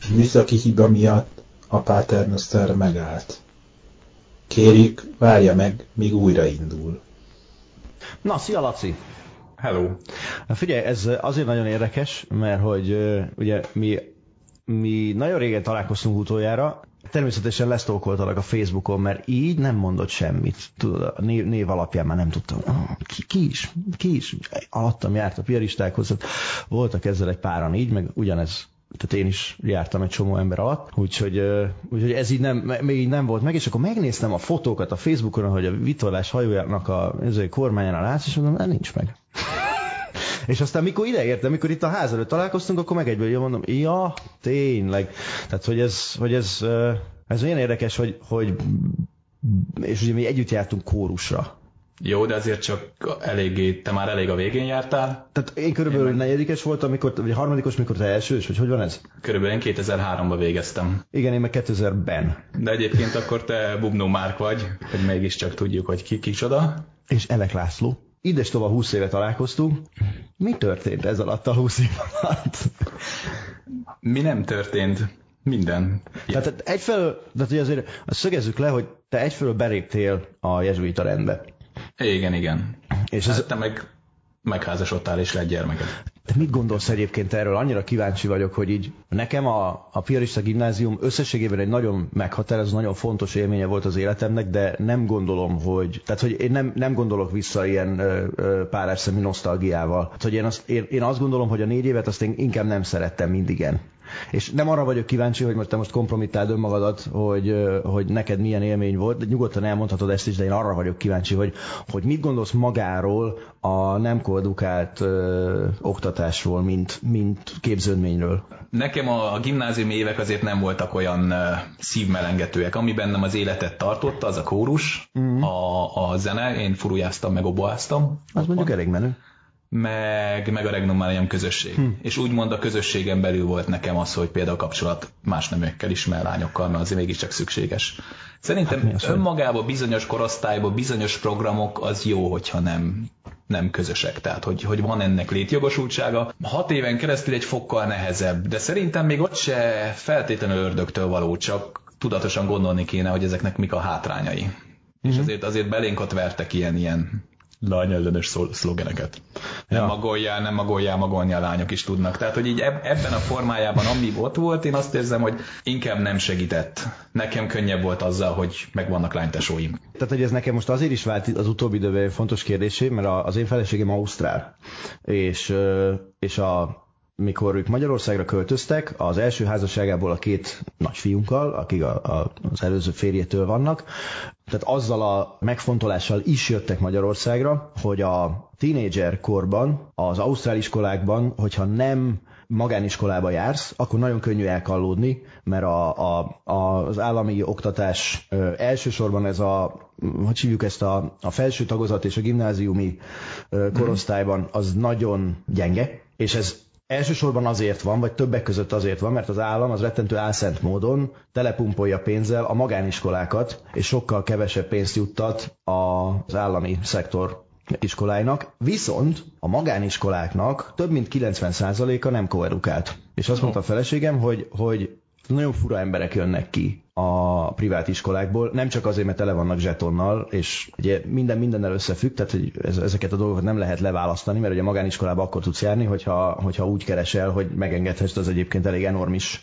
Műszaki hiba miatt a Paternoster megállt. Kérjük, várja meg, míg újraindul. Na, szia Laci! Hello! Figyelj, ez azért nagyon érdekes, mert hogy ugye mi nagyon régen találkoztunk utoljára, természetesen lesztókoltalak a Facebookon, mert így nem mondott semmit. Tudod, a név alapján már nem tudtam. Ki is? Alattam járt a piaristákhoz, voltak ezzel egy páran így, meg ugyanez. Tehát én is jártam egy csomó ember alatt, úgyhogy ez így még nem volt meg, és akkor megnéztem a fotókat a Facebookon, hogy a vitorlás hajójának a kormányánál látsz, és mondom, nincs meg. És aztán mikor ideértem, mikor itt a ház előtt találkoztunk, akkor meg egyből mondom, ja, tényleg. Tehát, hogy ez olyan érdekes, hogy és ugye mi együtt jártunk kórusra. Jó, de azért csak te már elég a végén jártál. Tehát én körülbelül negyedikes voltam, vagy harmadikos, mikor te elsős, vagy hogy van ez? Körülbelül én 2003-ban végeztem. Igen, én meg 2000-ben. De egyébként akkor te Bubnó Márk vagy, hogy mégiscsak tudjuk, hogy kicsoda. És Elek László. Idestova 20 éve találkoztunk. Mi történt ez alatt a 20 év alatt? Mi nem történt? Minden. Tehát egyfelől, hogy azért szögezzük le, hogy te egyfelől beléptél a jezsuita rendbe. Igen. És te megházasodtál és lett gyermeked. Te mit gondolsz egyébként erről? Annyira kíváncsi vagyok, hogy így nekem a piarista gimnázium összességében egy nagyon meghatározó, nagyon fontos élménye volt az életemnek, de nem gondolom, hogy én nem gondolok vissza ilyen párás-szemű nosztalgiával. Hát, hogy én azt gondolom, hogy a 4 évet azt én inkább nem szerettem mindigen. És nem arra vagyok kíváncsi, hogy te most kompromittáld önmagadat, hogy neked milyen élmény volt, de nyugodtan elmondhatod ezt is, de én arra vagyok kíváncsi, hogy mit gondolsz magáról a nem koedukált oktatásról, mint képződményről. Nekem a gimnáziumi évek azért nem voltak olyan szívmelengetőek. Ami bennem az életet tartotta, az a kórus, a zene, én furujáztam, meg oboáztam. Az mondjuk elég menő. Meg a Regnum Manium közösség. És úgymond a közösségen belül volt nekem az, hogy például kapcsolat más neműekkel is, lányokkal, mert azért mégiscsak szükséges. Szerintem önmagában bizonyos korosztályban bizonyos programok az jó, hogyha nem közösek. Tehát, hogy van ennek létjogosultsága. 6 éven keresztül egy fokkal nehezebb, de szerintem még ott se feltétlenül ördögtől való, csak tudatosan gondolni kéne, hogy ezeknek mik a hátrányai. És azért belénk ott vertek ilyen lányellenes szlogeneket. Nem magoljál, magolni a lányok is tudnak. Tehát, hogy így ebben a formájában, ami ott volt, én azt érzem, hogy inkább nem segített. Nekem könnyebb volt azzal, hogy megvannak lánytesóim. Tehát, hogy ez nekem most azért is vált az utóbbi időben fontos kérdésé, mert az én feleségem ausztrál, és mikor ők Magyarországra költöztek, az első házasságából a 2 nagyfiunkkal, akik az előző férjétől vannak, tehát azzal a megfontolással is jöttek Magyarországra, hogy a tínédzser korban, az ausztrál iskolákban, hogyha nem magániskolába jársz, akkor nagyon könnyű elkallódni, mert az állami oktatás elsősorban ez hogy hívjuk ezt a felső tagozat és a gimnáziumi korosztályban az nagyon gyenge, és ez elsősorban azért van, vagy többek között azért van, mert az állam az rettentő álszent módon telepumpolja pénzzel a magániskolákat, és sokkal kevesebb pénzt juttat az állami szektor iskoláinak, viszont a magániskoláknak több mint 90%-a nem koedukált. És azt mondta a feleségem, hogy nagyon fura emberek jönnek ki a privát iskolákból, nem csak azért, mert tele vannak zsetonnal, és ugye mindennel összefügg, tehát hogy ezeket a dolgokat nem lehet leválasztani, mert ugye a magániskolába akkor tudsz járni, hogyha úgy keresel, hogy megengedhessd az egyébként elég enormis,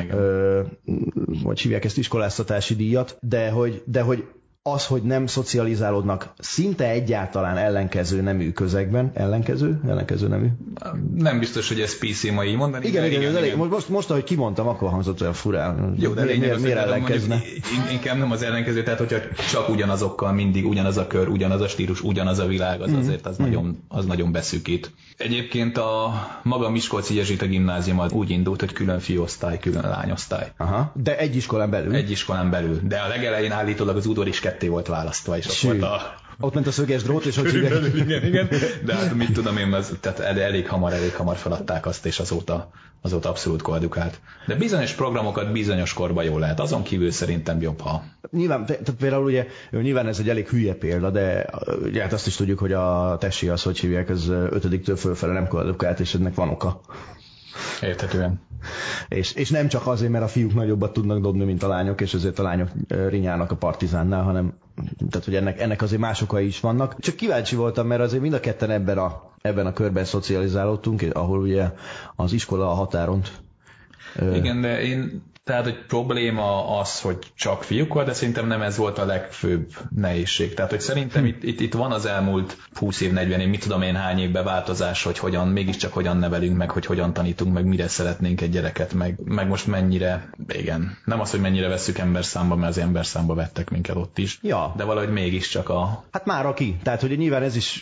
hogy hívják ezt, iskoláztatási díjat, de hogy az, hogy nem szocializálódnak szinte egyáltalán ellenkező nemű közegben. Ellenkező nemű? Nem biztos, hogy ez PC ma így mondani. Igen. Most, ahogy kimondtam, akkor hangzott olyan furán. Jó, de miért ellenkezne? Inkább nem az ellenkező, tehát hogyha csak ugyanazokkal mindig ugyanaz a kör, ugyanaz a stílus, ugyanaz a világ, azért az nagyon beszűkít. Egyébként a maga Miskolci Jezsuita Gimnázium úgy indult, hogy külön fiúosztály, külön lányosztály. Aha. De egy iskolán belül? Egy iskolán belül. De a legelején állítólag az udvar is ketté volt választva, és ott volt ott ment a szöges drót, és hogy igen. De hát mit tudom én, tehát elég hamar feladták azt, és azóta abszolút koedukált. De bizonyos programokat bizonyos korban jól lehet, azon kívül szerintem jobb, ha... Nyilván, tehát például ugye, nyilván ez egy elég hülye példa, de ugye, hát azt is tudjuk, hogy a tesi az, hogy hívják, az 5-től fölfele nem koedukált, és ennek van oka. Érthetően. És nem csak azért, mert a fiúk nagyobbat tudnak dobni, mint a lányok, és ezért a lányok rinyálnak a Partizánnál, hanem tehát, hogy ennek azért más okai is vannak. Csak kíváncsi voltam, mert azért mind a ketten ebben a körben szocializálódtunk, ahol ugye az iskola a határon. Igen, de tehát, hogy probléma az, hogy csak fiúk van, de szerintem nem ez volt a legfőbb nehézség. Tehát, hogy szerintem itt van az elmúlt 20 év, 40 év, mit tudom én hány évben változás, hogy mégiscsak hogyan nevelünk meg, hogy hogyan tanítunk meg, mire szeretnénk egy gyereket, meg most mennyire, igen, nem az, hogy mennyire vesszük emberszámba, mert az emberszámba vettek minket ott is, ja. De valahogy mégiscsak Hát már aki. Tehát, hogy nyilván ez is,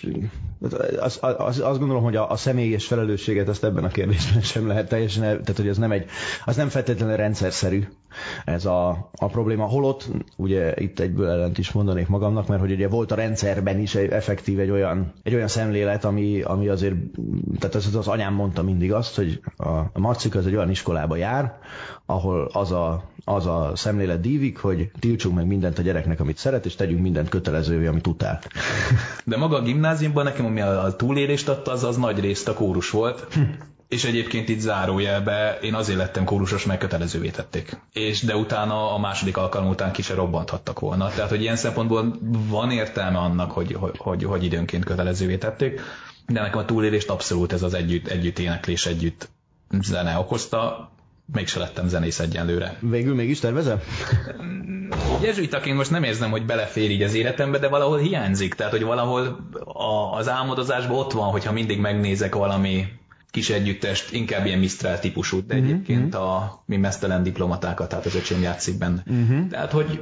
azt gondolom, hogy a személyes felelősséget azt ebben a kérdésben sem lehet teljesen, tehát, hogy az nem feltétlenül rendszerszerű ez a probléma. Holott, ugye itt egyből ellent is mondanék magamnak, mert hogy ugye volt a rendszerben is effektív egy olyan szemlélet, ami azért, tehát az anyám mondta mindig azt, hogy a Marcika az egy olyan iskolába jár, ahol az a szemlélet dívik, hogy tiltsunk meg mindent a gyereknek, amit szeret, és tegyünk mindent kötelezővé, amit utál. De maga a gimnáziumban nekem, ami a túlélést adta, az nagy részt a kórus volt. És egyébként itt zárójelbe én azért lettem kórusos, mert kötelezővé tették. De utána a második alkalom után ki se robbanthattak volna. Tehát, hogy ilyen szempontból van értelme annak, hogy időnként kötelezővé tették, de nekem a túlélést abszolút ez az együtt éneklés, együtt zene okozta. Mégse lettem zenész egyenlőre. Végül mégis tervezel? Jezsuitaként most nem érzem, hogy belefér így az életembe, de valahol hiányzik. Tehát, hogy valahol az álmodozásban ott van, hogyha mindig megnézek valami kis együttest, inkább ilyen Mistral típusú, de egyébként mi meztelen diplomatákat, tehát az öcsém játszik benne. Tehát, hogy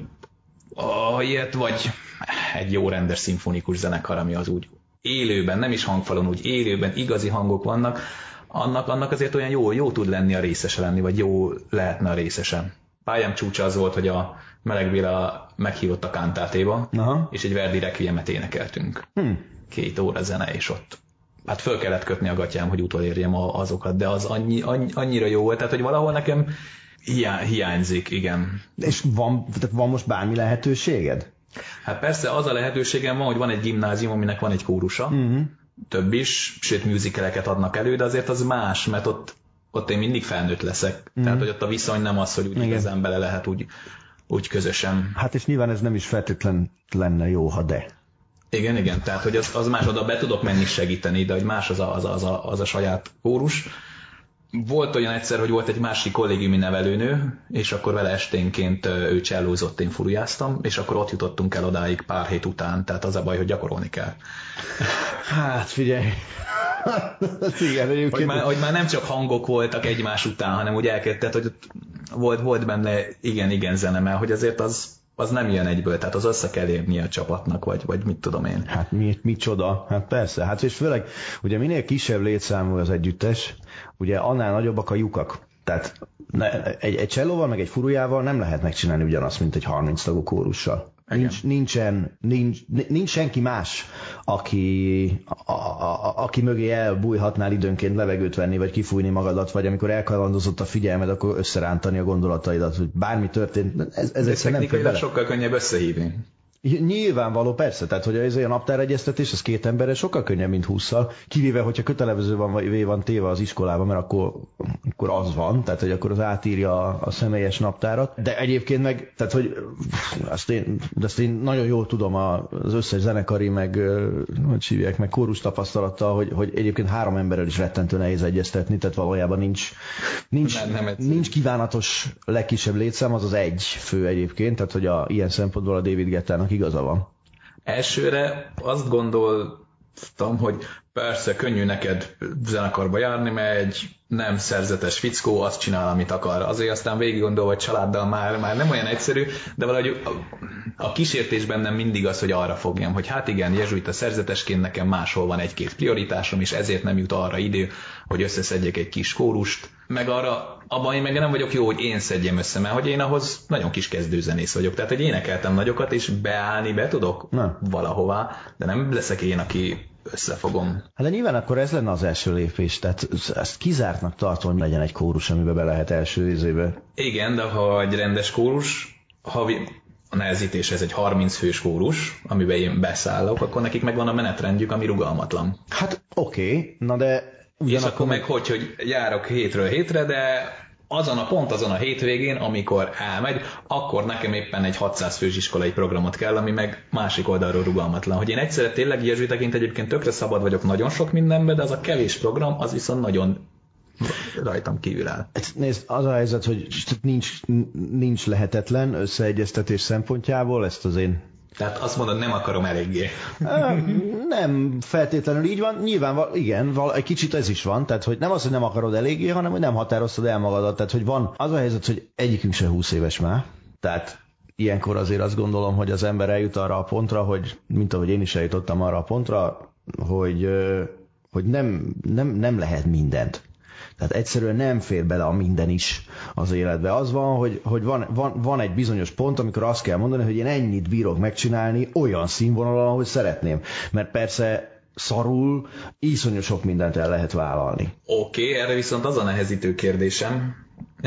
ilyet, vagy egy jó rendes szimfonikus zenekar, ami az úgy élőben, nem is hangfalon, úgy élőben igazi hangok vannak, annak azért olyan jó tud lenni a részese lenni, vagy jó lehetne a részese. Pályám csúcsa az volt, hogy a Meleg Béla meghívott a Cantatéba, és egy Verdi Requiemet énekeltünk. 2 óra zene, és ott hát föl kellett kötni a gatyám, hogy utolérjem azokat, de az annyira jó volt, tehát hogy valahol nekem hiányzik, igen. És van most bármi lehetőséged? Hát persze az a lehetőségem van, hogy van egy gimnázium, aminek van egy kórusa, több is, sőt musicaleket adnak elő, de azért az más, mert ott én mindig felnőtt leszek. Tehát, hogy ott a viszony nem az, hogy úgy igazán bele lehet úgy közösen. Hát és nyilván ez nem is feltétlen lenne jó, ha de. Igen, tehát hogy az más, oda be tudok menni segíteni, de hogy más az a saját kórus. Volt olyan egyszer, hogy volt egy másik kollégiumi nevelőnő, és akkor vele esténként ő csellózott, én furujáztam, és akkor ott jutottunk el odáig pár hét után, tehát az a baj, hogy gyakorolni kell. Hát figyelj! Igen, hogy már nem csak hangok voltak egymás után, hanem úgy elkezdett, hogy volt benne igen zene, mert hogy azért az nem jön egyből, tehát az össze kell érnie a csapatnak, vagy mit tudom én. Hát micsoda, hát persze, hát és főleg ugye minél kisebb létszámú az együttes, ugye annál nagyobbak a lyukak. Tehát egy csellóval, meg egy furujával nem lehet megcsinálni ugyanazt, mint egy 30 tagú kórussal. Nincs senki más, aki mögé elbújhatnál időnként levegőt venni, vagy kifújni magadat, vagy amikor elkalandozott a figyelmed, akkor összerántani a gondolataidat, hogy bármi történt. Ez technikailag sokkal könnyebb összehívni. Nyilvánvaló, persze, tehát hogy ez a naptáregyeztetés, az 2 emberre sokkal könnyebb, mint 20-szal, kivéve, hogyha kötelező van téve az iskolában, mert akkor az van, tehát hogy akkor az átírja a személyes naptárat, de egyébként meg, tehát hogy azt én nagyon jól tudom az összes zenekari, meg hogy hívják, meg kórus tapasztalattal, hogy egyébként 3 emberrel is rettentő nehéz egyeztetni, tehát valójában nincs kívánatos legkisebb létszám, az 1 fő egyébként, tehát hogy ilyen szempontból a David Guettának igaza van. Elsőre azt gondoltam, hogy persze könnyű neked zenekarba járni, mert egy nem szerzetes fickó azt csinál, amit akar. Azért aztán végig gondolva, hogy családdal már nem olyan egyszerű, de valahogy a kísértésben nem mindig az, hogy arra fogjam, hogy hát igen, jezsuita szerzetesként nekem máshol van 1-2 prioritásom, és ezért nem jut arra idő, hogy összeszedjek egy kis kórust, meg abban én meg nem vagyok jó, hogy én szedjem össze, mert hogy én ahhoz nagyon kis kezdőzenész vagyok. Tehát, hogy énekeltem nagyokat, és beállni be tudok valahová, de nem leszek én, aki összefogom. Hát de nyilván akkor ez lenne az első lépés, tehát ezt kizártnak tartom, hogy legyen egy kórus, amiben be lehet első izébe. Igen, de ha egy rendes kórus, a nehezítés ez egy 30 fős kórus, amiben én beszállok, akkor nekik megvan a menetrendjük, ami rugalmatlan. Hát oké, na de És akkor meg hogy járok hétről hétre, de azon a hétvégén, amikor elmegy, akkor nekem éppen egy 600 fős iskolai programot kell, ami meg másik oldalról rugalmatlan. Hogy én egyszerre tényleg jezsuitaként egyébként tökre szabad vagyok nagyon sok mindenben, de az a kevés program, az viszont nagyon rajtam kívül áll. Nézd, az a helyzet, hogy nincs lehetetlen összeegyeztetés szempontjából, ezt az én... Tehát azt mondod, nem akarom eléggé. Nem feltétlenül így van. Nyilván, igen, egy kicsit ez is van. Tehát, hogy nem az, hogy nem akarod eléggé, hanem, hogy nem határoztad el magadat. Tehát, hogy van az a helyzet, hogy egyikünk se 20 éves már. Tehát ilyenkor azért azt gondolom, hogy az ember eljut arra a pontra, hogy, mint ahogy én is eljutottam arra a pontra, hogy nem lehet mindent. Tehát egyszerűen nem fér bele a minden is az életbe. Az van, hogy van egy bizonyos pont, amikor azt kell mondani, hogy én ennyit bírok megcsinálni olyan színvonalon, ahogy szeretném. Mert persze szarul iszonyú sok mindent el lehet vállalni. Oké, erre viszont az a nehezítő kérdésem.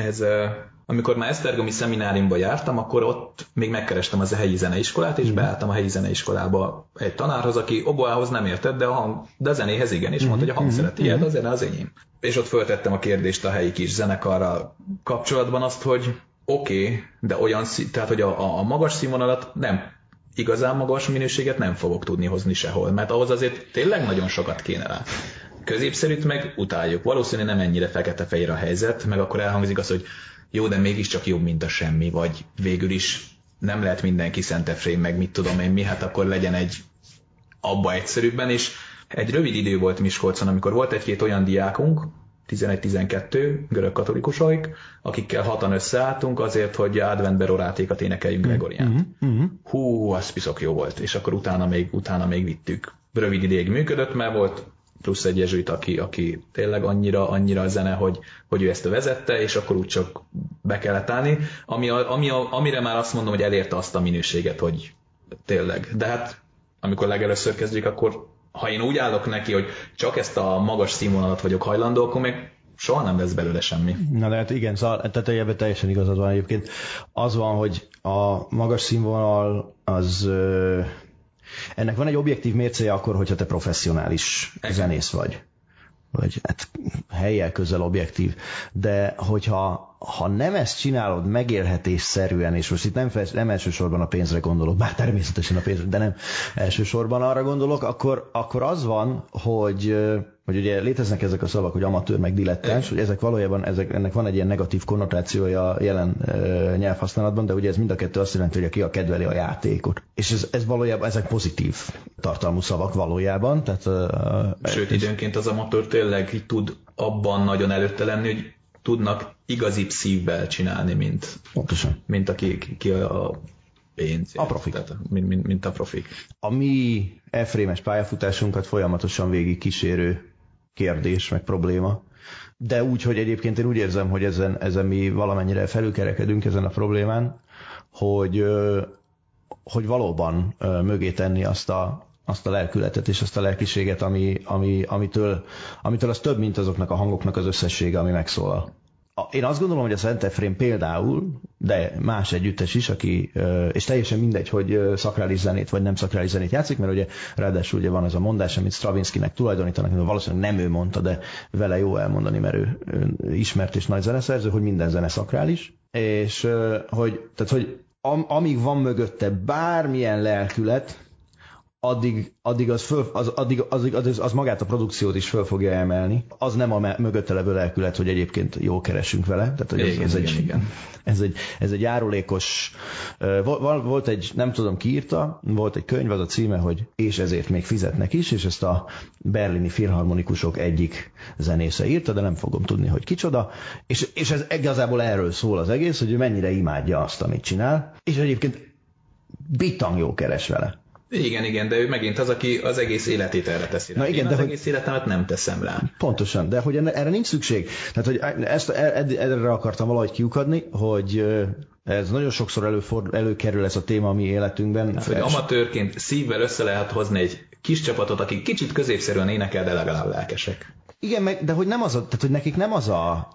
Amikor már esztergomi szemináriumba jártam, akkor ott még megkerestem az a helyi zeneiskolát, és beálltam a helyi zeneiskolába egy tanárhoz, aki oboához nem értett, de a zenéhez igen, és mondta, hogy a hang szereti, de a zene az enyém. És ott föltettem a kérdést a helyi kis zenekarral kapcsolatban azt, hogy oké, de olyan, tehát hogy a magas színvonalat nem, igazán magas minőséget nem fogok tudni hozni sehol, mert ahhoz azért tényleg nagyon sokat kéne rá. Középszerűt meg utáljuk. Valószínűleg nem ennyire fekete-fehér a helyzet, meg akkor elhangzik az, hogy jó, de mégiscsak jobb, mint a semmi, vagy végül is nem lehet mindenki Szent Efrém, meg mit tudom én mi, hát akkor legyen egy abba egyszerűbben, és egy rövid idő volt Miskolcon, amikor volt egy-két olyan diákunk, 11-12 görög katolikusaik, akikkel hatan összeálltunk azért, hogy adventbe orátékat énekeljünk Gregorián. Hú, az piszok jó volt, és akkor utána még vittük. Rövid ideig működött, mert volt plusz egy jezsuit, aki tényleg annyira a zene, hogy ő ezt vezette, és akkor úgy csak be kellett állni, amire már azt mondom, hogy elérte azt a minőséget, hogy tényleg. De hát, amikor legelőször kezdjük, akkor ha én úgy állok neki, hogy csak ezt a magas színvonalat vagyok hajlandó, akkor meg soha nem lesz belőle semmi. Na de hát igen, tehát ebben teljesen igazad van egyébként. Az van, hogy a magas színvonal az... ennek van egy objektív mércéje akkor, hogyha te professzionális zenész vagy. Vagy hát hellyel közel objektív. De hogyha nem ezt csinálod megélhetésszerűen, és most itt nem elsősorban a pénzre gondolok, bár természetesen a pénzre, de nem elsősorban arra gondolok, akkor az van, hogy ugye léteznek ezek a szavak, hogy amatőr meg dilettáns, hogy ezek valójában ennek van egy ilyen negatív konnotációja a jelen nyelvhasználatban, de ugye ez mind a kettő azt jelenti, hogy aki kedveli a játékot. És ez valójában, ezek pozitív tartalmú szavak valójában. Tehát, sőt, időnként az amatőr tényleg így tud abban nagyon előtte lenni, hogy tudnak igazibb szívvel csinálni, mint aki a pénz. A profik. Tehát, mint a profik. A mi Efrémes pályafutásunkat folyamatosan végig kísérő kérdés, meg probléma. De úgy, hogy egyébként én úgy érzem, hogy ezen mi valamennyire felülkerekedünk ezen a problémán, hogy valóban mögé tenni azt a lelkületet és azt a lelkiséget, amitől az több, mint azoknak a hangoknak az összessége, ami megszólal. Én azt gondolom, hogy a Szent Efrém például, de más együttes is, aki, és teljesen mindegy, hogy szakrális zenét vagy nem szakrális zenét játszik, mert ugye ráadásul ugye van ez a mondás, amit Stravinskinek tulajdonítanak, valószínűleg nem ő mondta, de vele jó elmondani, mert ő ismert és nagy zeneszerző, hogy minden zene szakrális, és hogy amíg van mögötte bármilyen lelkület, addig az magát a produkciót is föl fogja emelni. Az nem a mögötte levő lelkület, hogy egyébként jól keresünk vele. Tehát, hogy igen. Ez egy járulékos... Volt egy, nem tudom ki írta, volt egy könyv, az a címe, hogy és ezért még fizetnek is, és ezt a berlini filharmonikusok egyik zenésze írta, de nem fogom tudni, hogy kicsoda. És ez igazából erről szól az egész, hogy ő mennyire imádja azt, amit csinál, és egyébként bitang jó keres vele. Igen, de ő megint az, aki az egész életét erre teszi rá. Én az egész életemet nem teszem rá. Pontosan, de hogy erre nincs szükség. Tehát, hogy erre akartam valahogy kiukadni, hogy ez nagyon sokszor előkerül ez a téma a mi életünkben. Hát, hogy amatőrként szívvel össze lehet hozni egy kis csapatot, aki kicsit középszerűen énekel, de legalább lelkesek. Igen, de hogy nem az tehát hogy nekik nem az a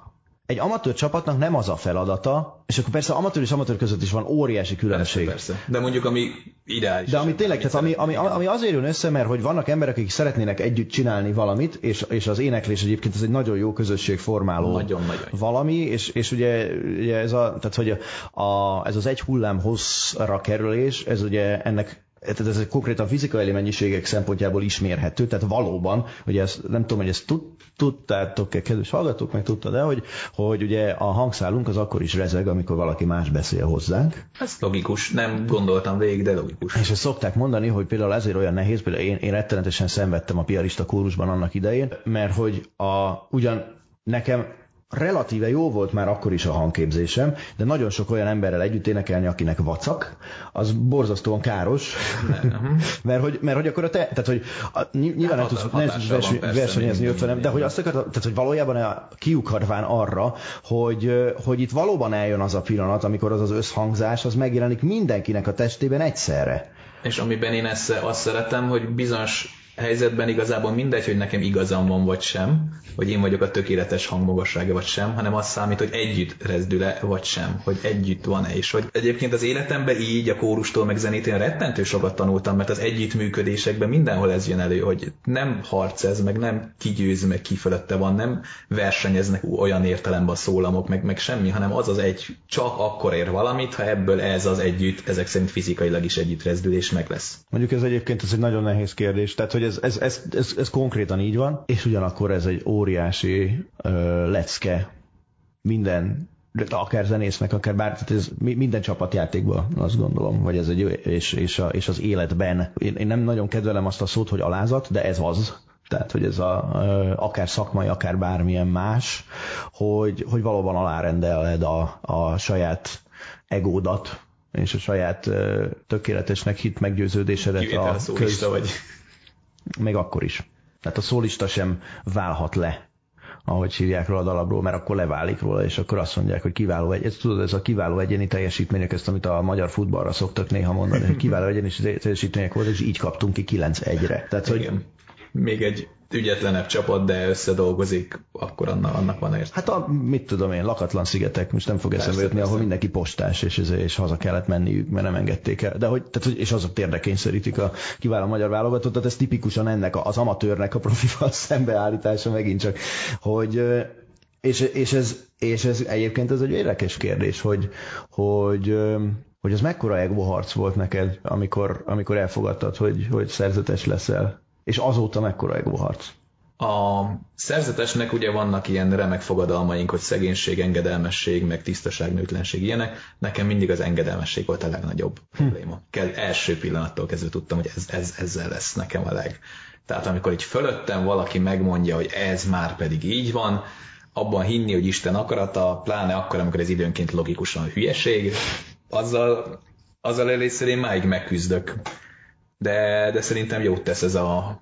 egy amatőr csapatnak nem az a feladata, és akkor persze amatőr és amatőr között is van óriási különbség. Persze. De mondjuk ami ideális. De ami tényleg, tehát ami azért jön össze, mert hogy vannak emberek, akik szeretnének együtt csinálni valamit, és az éneklés egyébként ez egy nagyon jó közösségformáló nagyon valami, és ugye ez tehát hogy ez az egy hullám hosszra kerülés, ez ugye ennek tehát ez konkrétan fizikai mennyiségek szempontjából is mérhető, tehát valóban, hogy ezt, nem tudom, hogy ezt tudtátok-e, kedves hallgatók, meg tudtad, de hogy ugye a hangszálunk az akkor is rezeg, amikor valaki más beszél hozzánk. Ez logikus, nem gondoltam végig, de logikus. És ezt szokták mondani, hogy például ezért olyan nehéz, például én rettenetesen szenvedtem a piarista kórusban annak idején, mert hogy ugyan nekem relatíve jó volt már akkor is a hangképzésem, de nagyon sok olyan emberrel együtt énekelni, akinek vacak, az borzasztóan káros, mert hogy akkor tehát hogy nyilván nem tudsz versenyezni 50, de hogy azt akar, tehát hogy valójában kiukadván arra, hogy itt valóban eljön az a pillanat, amikor az összhangzás, az megjelenik mindenkinek a testében egyszerre. És amiben én azt szeretem, hogy bizonyos helyzetben igazából mindegy, hogy nekem igazam van vagy sem, hogy én vagyok a tökéletes hangmagassága vagy sem, hanem az számít, hogy együtt rezdül-e vagy sem, hogy együtt van-e, és hogy egyébként az életemben így a kórustól meg zenétől rettentő sokat tanultam, mert az együttműködésekben mindenhol ez jön elő, hogy nem harc ez, meg nem kigyőz, meg ki fölötte van, nem versenyeznek olyan értelemben a szólamok, meg semmi, hanem az egy csak akkor ér valamit, ha ebből ez az együtt, ezek szerint fizikailag is együtt rezdülés meg lesz. Mondjuk ez egyébként egy nagyon nehéz kérdés, tehát hogy ez konkrétan így van, és ugyanakkor ez egy óriási lecke minden, akár zenésznek, akár bár, tehát ez minden csapatjátékban, azt gondolom, vagy ez és az életben. Én nem nagyon kedvelem azt a szót, hogy alázat, de ez az. Tehát, hogy ez akár szakmai, akár bármilyen más, hogy valóban alárendeled a saját egódat, és a saját tökéletesnek hit meggyőződésedet. Kivétel a szólista vagy. Még akkor is. Tehát a szólista sem válhat le, ahogy hívják róla a dalabról, mert akkor leválik róla, és akkor azt mondják, hogy kiváló ez a kiváló egyéni teljesítmények, ezt amit a magyar futballra szoktak néha mondani, hogy kiváló egyéni teljesítmények volt, és így kaptunk ki 9-1-re. Tehát, hogy még egy ügyetlenebb csapat, de összedolgozik, akkor annak van értelme. Hát mit tudom én, lakatlan szigetek, most nem fog eszembe jutni, ahol mindenki postás, és haza kellett menniük, mert nem engedték el. De és azok térdekényszerítik a kiváló magyar válogatottat, ez tipikusan ennek az amatőrnek a profival szembeállítása megint csak, hogy és ez egyébként ez egy érdekes kérdés, hogy az mekkora egóharc volt neked, amikor elfogadtad, hogy szerzetes leszel. És azóta mekkora egóharc? A szerzetesnek ugye vannak ilyen remek fogadalmaink, hogy szegénység, engedelmesség, meg tisztaság, nőtlenség, ilyenek. Nekem mindig az engedelmesség volt a legnagyobb probléma. Első pillanattól kezdve tudtam, hogy ezzel lesz nekem a Tehát amikor így fölöttem valaki megmondja, hogy ez már pedig így van, abban hinni, hogy Isten akarata, pláne akkor, amikor ez időnként logikusan hülyeség, azzal először én máig megküzdök. De szerintem jót tesz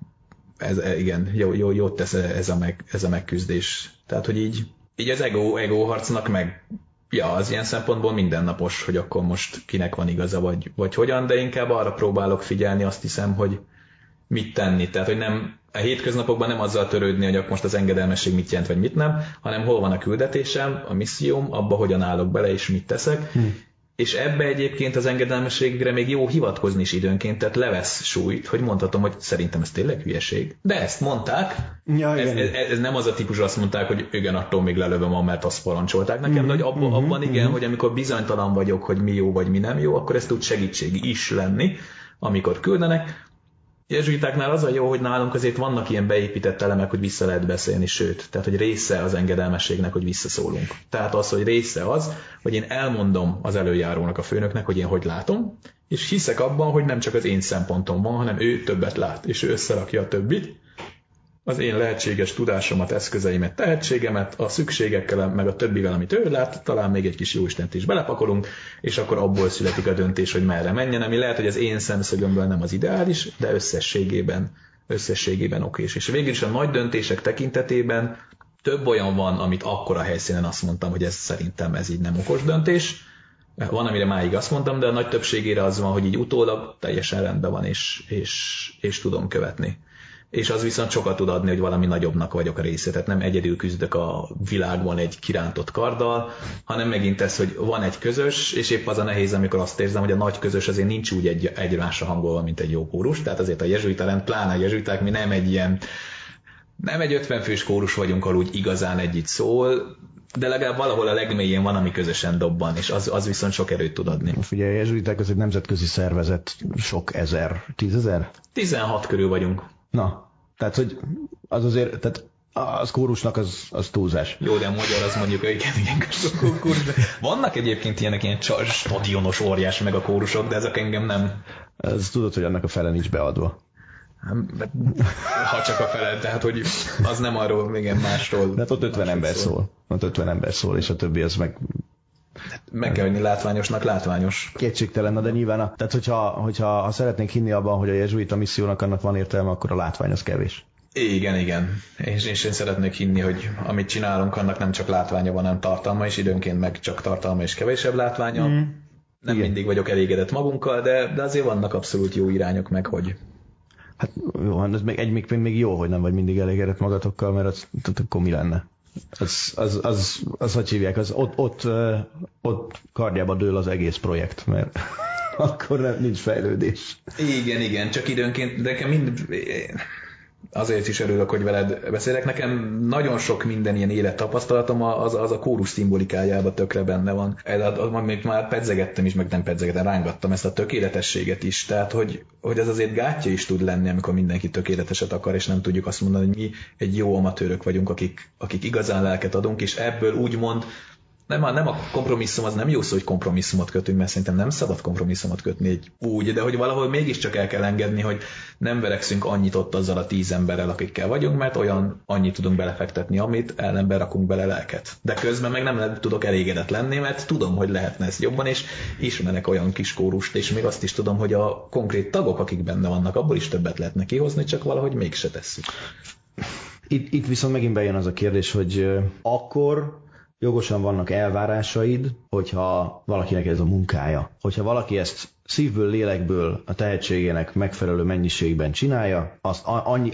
jót tesz ez a megküzdés. Tehát, hogy így az egóharcnak az ilyen szempontból mindennapos, hogy akkor most kinek van igaza, vagy hogyan, de inkább arra próbálok figyelni, azt hiszem, hogy mit tenni. Tehát, hogy nem a hétköznapokban nem azzal törődni, hogy akkor most az engedelmesség mit jelent, vagy mit nem, hanem hol van a küldetésem, a misszióm, abba hogyan állok bele, és mit teszek. És ebbe egyébként az engedelmességre még jó hivatkozni is időnként, tehát levesz súlyt, hogy mondhatom, hogy szerintem ez tényleg hülyeség. De ezt mondták, ez nem az a típus, azt mondták, hogy igen, attól még lelövöm, mert azt parancsolták nekem, de hogy abban igen, hogy amikor bizonytalan vagyok, hogy mi jó vagy mi nem jó, akkor ez tud segítség is lenni, amikor küldenek. Jezsuitáknál az a jó, hogy nálunk azért vannak ilyen beépített elemek, hogy vissza lehet beszélni, sőt, tehát hogy része az engedelmességnek, hogy visszaszólunk. Tehát az, hogy része az, hogy én elmondom az előjárónak, a főnöknek, hogy én hogy látom, és hiszek abban, hogy nem csak az én szempontom van, hanem ő többet lát, és ő összerakja a többit, az én lehetséges tudásomat, eszközeimet, tehetségemet, a szükségekkel, meg a többivel, amit ő lát, talán még egy kis jóistent is belepakolunk, és akkor abból születik a döntés, hogy merre menjen, ami lehet, hogy az én szemszögömből nem az ideális, de összességében okés. És végül is a nagy döntések tekintetében több olyan van, amit akkor a helyszínen azt mondtam, hogy szerintem ez így nem okos döntés. Van, amire máig azt mondtam, de a nagy többségére az van, hogy így utólag teljesen rendben van, és tudom követni. és az viszont sokat tud adni, hogy valami nagyobbnak vagyok a része. Tehát nem egyedül küzdök a világban egy kirántott karddal, hanem megint ez, hogy van egy közös, és épp az a nehéz, amikor azt érzem, hogy a nagy közös azért nincs úgy egymásra hangolva, mint egy jó kórus. Tehát azért a jezsuita rend, pláne a jezsuiták, mi nem egy 50 fős kórus vagyunk, ahol úgy igazán együtt szól, de legalább valahol a legmélyén van, ami közösen dobban, és az viszont sok erőt tud adni. Figyelj, a jezsuiták az egy nemzetközi szervezet, sok ezer, 10 000? 16 körül vagyunk. Na, tehát, hogy az azért, tehát az kórusnak az túlzás. Jó, de a magyar az mondjuk, hogy igen, kórus. Vannak egyébként ilyen stadionos óriás meg a kórusok, de ezek engem nem. Ez tudod, hogy annak a fele nincs beadva. Ha csak a fele, tehát hogy az nem arról, igen, másról. De hát ott 50 ember szól. Ott 50 ember szól, és a többi az meg kell, hogy látványosnak látványos. Kétségtelen, de nyilván, tehát hogyha szeretnénk hinni abban, hogy a jezsuita missziónak annak van értelme, akkor a látvány az kevés. Igen. És én szeretnék hinni, hogy amit csinálunk, annak nem csak látványa van, hanem tartalma, és időnként meg csak tartalma és kevésebb látványa. Nem mindig vagyok elégedett magunkkal, de azért vannak abszolút jó irányok meg, hogy... Hát jó, ez még jó, hogy nem vagy mindig elégedett magatokkal, mert az akkor mi lenne? Az hogy hívják, ott kardjába dől az egész projekt, mert akkor nincs fejlődés. Igen, csak időnként, de nekem azért is örülök, hogy veled beszélek. Nekem nagyon sok minden ilyen élettapasztalatom az a kórus szimbolikájában tökre benne van. Még már pedzegettem is, meg nem pedzegettem, rángattam ezt a tökéletességet is. Tehát, hogy ez azért gátja is tud lenni, amikor mindenki tökéleteset akar, és nem tudjuk azt mondani, hogy mi egy jó amatőrök vagyunk, akik igazán lelket adunk, és ebből úgymond nem a kompromisszum, az nem jó szó, hogy kompromisszumot kötünk, mert szerintem nem szabad kompromisszumot kötni úgy, de hogy valahol mégiscsak el kell engedni, hogy nem verekszünk annyit ott azzal a 10 emberrel, akikkel vagyunk, mert annyit tudunk belefektetni, amit ellenben rakunk bele lelket. De közben meg nem tudok elégedett lenni, mert tudom, hogy lehetne ezt jobban, és ismerek olyan kis kórust, és még azt is tudom, hogy a konkrét tagok, akik benne vannak, abból is többet lehetne kihozni, csak valahogy mégse tesszük. Itt viszont megint bejön az a kérdés, hogy akkor jogosan vannak elvárásaid, hogyha valakinek ez a munkája. Hogyha valaki ezt szívből, lélekből a tehetségének megfelelő mennyiségben csinálja, azt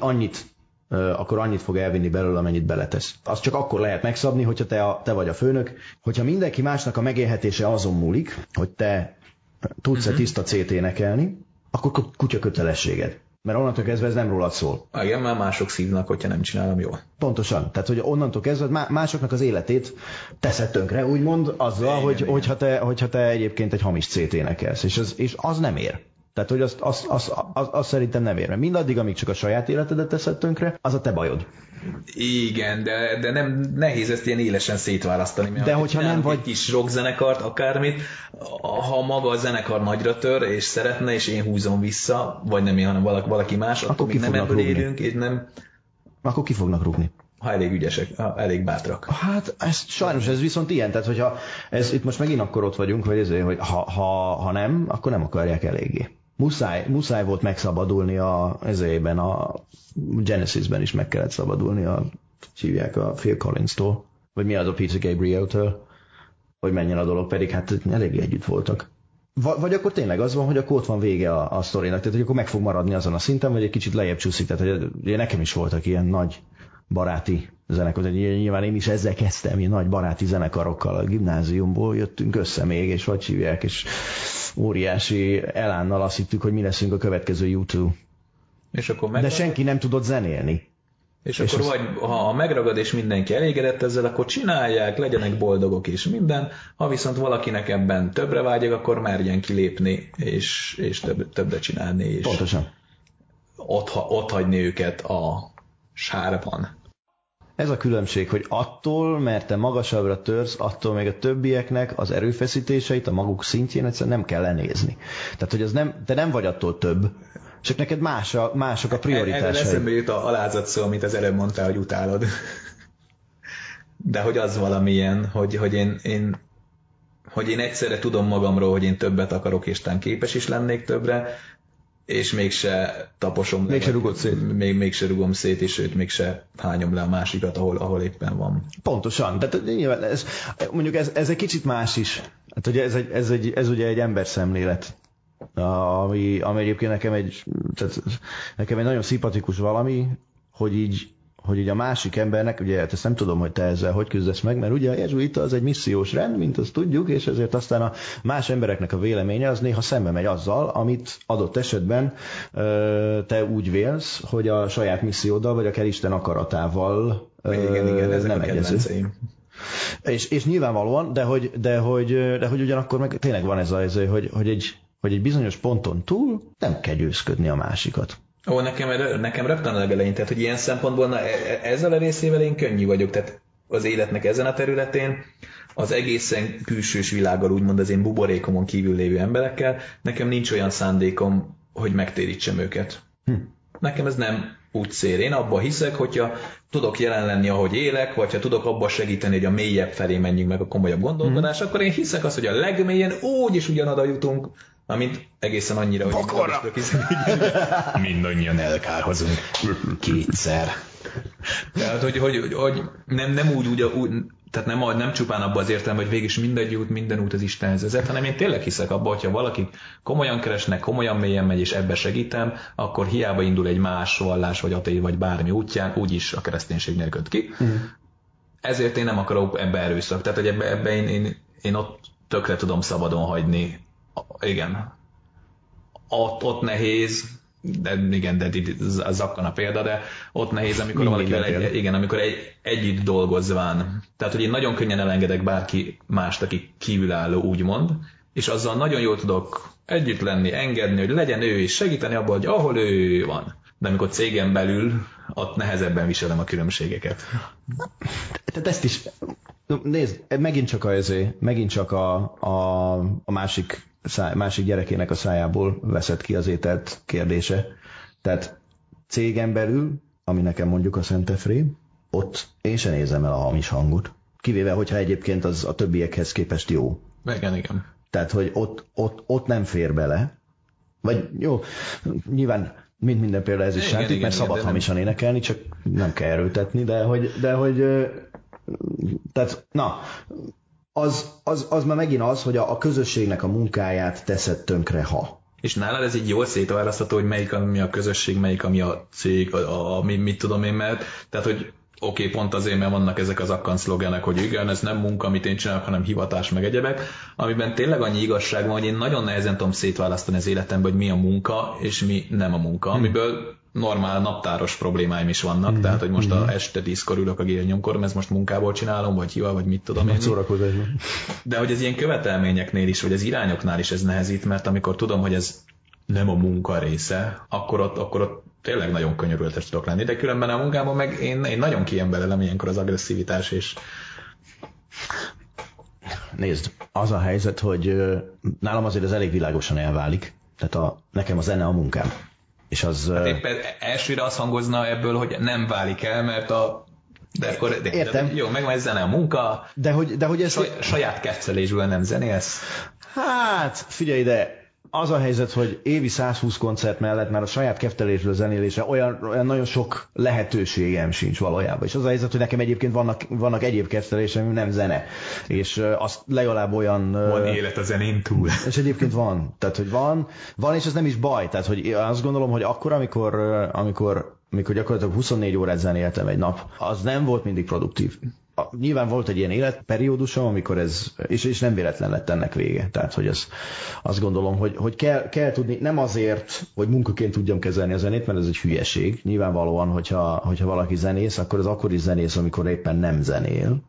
akkor annyit fog elvinni belőle, amennyit beletesz. Azt csak akkor lehet megszabni, hogyha te vagy a főnök. Hogyha mindenki másnak a megélhetése azon múlik, hogy te tudsz-e tiszta C-t énekelni, akkor kutya kötelességed. Mert onnantól kezdve ez nem rólad szól. Igen, már mások szívnak, hogyha nem csinálom jól. Pontosan. Tehát, hogy onnantól kezdve másoknak az életét teszed tönkre, úgymond, azzal, hogyha te egyébként egy hamis C-t énekelsz. És az nem ér. Tehát, hogy azt szerintem nem ér. Mert mindaddig, amíg csak a saját életedet teszed tönkre, az a te bajod. Igen, de nem nehéz ezt ilyen élesen szétválasztani. Mert de hogyha nem vagy... egy kis rockzenekart, akármit, ha maga a zenekar nagyra tör, és szeretne, és én húzom vissza, vagy nem én, hanem valaki más, akkor még nem ebből élünk, és nem... Akkor ki fognak rúgni. Ha elég ügyesek, elég bátrak. Hát sajnos ez viszont ilyen, tehát hogyha itt most megint akkor ott vagyunk, hogy ha nem, akkor nem akarják eléggé. Muszáj volt megszabadulni a Genesisben is meg kellett szabadulni hívják a Phil Collins-tól, vagy mi az a Peter Gabriel-től, hogy menjen a dolog, pedig hát eléggé együtt voltak. Vagy akkor tényleg az van, hogy akkor ott van vége a sztorinak, tehát hogy akkor meg fog maradni azon a szinten, vagy egy kicsit lejjebb csúszik, tehát hogy nekem is voltak ilyen nagy baráti zenekar, nyilván én is ezzel kezdtem, ilyen nagy baráti zenekarokkal a gimnáziumból jöttünk össze még, és hogy hívják, és óriási elánnal azt hittük, hogy mi leszünk a következő U2. És akkor de senki nem tudott zenélni. És akkor vagy, ha megragad és mindenki elégedett ezzel, akkor csinálják, legyenek boldogok és minden. Ha viszont valakinek ebben többre vágyik, akkor merjen kilépni, és többre csinálni. És pontosan. Ott hagyni őket a sárban. Ez a különbség, hogy attól, mert te magasabbra törsz, attól még a többieknek az erőfeszítéseit a maguk szintjén egyszerűen nem kell lenézni. Tehát, hogy te nem vagy attól több, csak neked mások a prioritásai. Erre eszembe jut a alázat szó, amit az előbb mondtál, hogy utálod. De hogy az valamilyen, hogy én egyszerre tudom magamról, hogy én többet akarok, és talán képes is lennék többre, és mégse taposom le. Mégse rugod szét. Mégse rugom szét, és őt mégse hányom le a másikat, ahol éppen van. Pontosan. De nyilván ez egy kicsit más is. Hát ugye ez ugye egy emberszemlélet. ami egyébként nekem egy nagyon szimpatikus valami, hogy így a másik embernek, ugye ezt nem tudom, hogy te ezzel hogy küzdesz meg, mert ugye a jezsuita az egy missziós rend, mint azt tudjuk, és ezért aztán a más embereknek a véleménye az néha szembe megy azzal, amit adott esetben te úgy vélsz, hogy a saját misszióddal, vagy akár Isten akaratával igen, ezek nem egyező. És nyilvánvalóan, de hogy ugyanakkor meg tényleg van ez hogy egy bizonyos ponton túl nem kell győzködni a másikat. Ó, nekem rögtön a legelején, tehát hogy ilyen szempontból ezzel a részével én könnyű vagyok, tehát az életnek ezen a területén, az egészen külsős világgal, úgymond az én buborékomon kívül lévő emberekkel, nekem nincs olyan szándékom, hogy megtérítsem őket. Nekem ez nem úgy cél. Én abban hiszek, hogyha tudok jelen lenni, ahogy élek, vagy ha tudok abban segíteni, hogy a mélyebb felé menjünk meg a komolyabb gondolkodás, akkor én hiszek azt, hogy a legmélyen úgyis ugyanoda jutunk, amint egészen annyira, hogy mindannyian elkárhozunk kétszer. Tehát, hogy nem úgy, tehát nem csupán abban az értelemben, hogy végig mindegy út, minden út az Istenhez vezet, hanem én tényleg hiszek abban, hogyha valaki komolyan keresnek, komolyan mélyen megy, és ebbe segítem, akkor hiába indul egy más vallás, vagy atei, vagy bármi útján, úgyis a kereszténységnél köt ki. Ezért én nem akarok ebbe erőszak. Tehát, hogy ebbe én ott tökre tudom szabadon hagyni. Igen. Ott nehéz, de igen, de zakkan a példa, de ott nehéz, amikor valakivel amikor együtt dolgozván. Tehát, hogy én nagyon könnyen elengedek bárki mást, aki kívülálló, úgymond, és azzal nagyon jól tudok együtt lenni, engedni, hogy legyen ő, és segíteni abban, hogy ahol ő van. De amikor cégen belül, ott nehezebben viselem a különbségeket. Tehát ezt is, nézd, megint csak a másik gyerekének a szájából veszed ki az ételt kérdése. Tehát cégen belül, ami nekem mondjuk a Szentefrém, ott én sem nézem el a hamis hangot. Kivéve, hogyha egyébként az a többiekhez képest jó. Igen. Tehát, hogy ott nem fér bele. Vagy jó, nyilván mint minden példa ez is sántik, mert szabad hamisan énekelni, csak nem kell erőltetni, de hogy tehát, na, az már megint az, hogy a közösségnek a munkáját teszed tönkre, ha. És nálad ez így jól szétválasztható, hogy melyik ami a közösség, melyik ami a cég, mit tudom én, mert tehát, hogy oké, pont azért, mert vannak ezek az akkan szlogenek, hogy igen, ez nem munka, amit én csinálok, hanem hivatás meg egyebek, amiben tényleg annyi igazság van, hogy én nagyon nehezen tudom szétválasztani az életemben, hogy mi a munka, és mi nem a munka, amiből normál naptáros problémáim is vannak, tehát, hogy most este 10-kor ülök a gélnyomkor, ez most munkából csinálom, vagy hiva, vagy mit tudom én. De hogy ez ilyen követelményeknél is, vagy az irányoknál is ez nehezít, mert amikor tudom, hogy ez nem a munka része, akkor ott tényleg nagyon könyörültes tudok lenni, de különben a munkában meg én nagyon kiembelelem ilyenkor az agresszivitás, és nézd, az a helyzet, hogy nálam azért ez elég világosan elválik, tehát nekem a zene a munkám. És az... Hát éppen elsőre azt hangozna ebből, hogy nem válik el, mert de akkor értem. Jó, meg ez zene a munka, de hogy ez... saját kettelésből nem zenélsz. Hát, figyelj ide, az a helyzet, hogy évi 120 koncert mellett már a saját keftelésről zenélésre olyan nagyon sok lehetőségem sincs valójában. És az a helyzet, hogy nekem egyébként vannak egyéb keftelésem, ami nem zene. És azt legalább olyan... Van élet a zenén túl. És egyébként van. Tehát, hogy van, és ez nem is baj. Tehát, hogy azt gondolom, hogy akkor, amikor gyakorlatilag 24 órát zenéltem egy nap, az nem volt mindig produktív. Nyilván volt egy ilyen életperiódusom, amikor ez, és nem véletlen lett ennek vége. Tehát, hogy azt gondolom, hogy kell tudni, nem azért, hogy munkaként tudjam kezelni a zenét, mert ez egy hülyeség. Nyilvánvalóan, hogyha valaki zenész, akkor az akkor is zenész, amikor éppen nem zenél.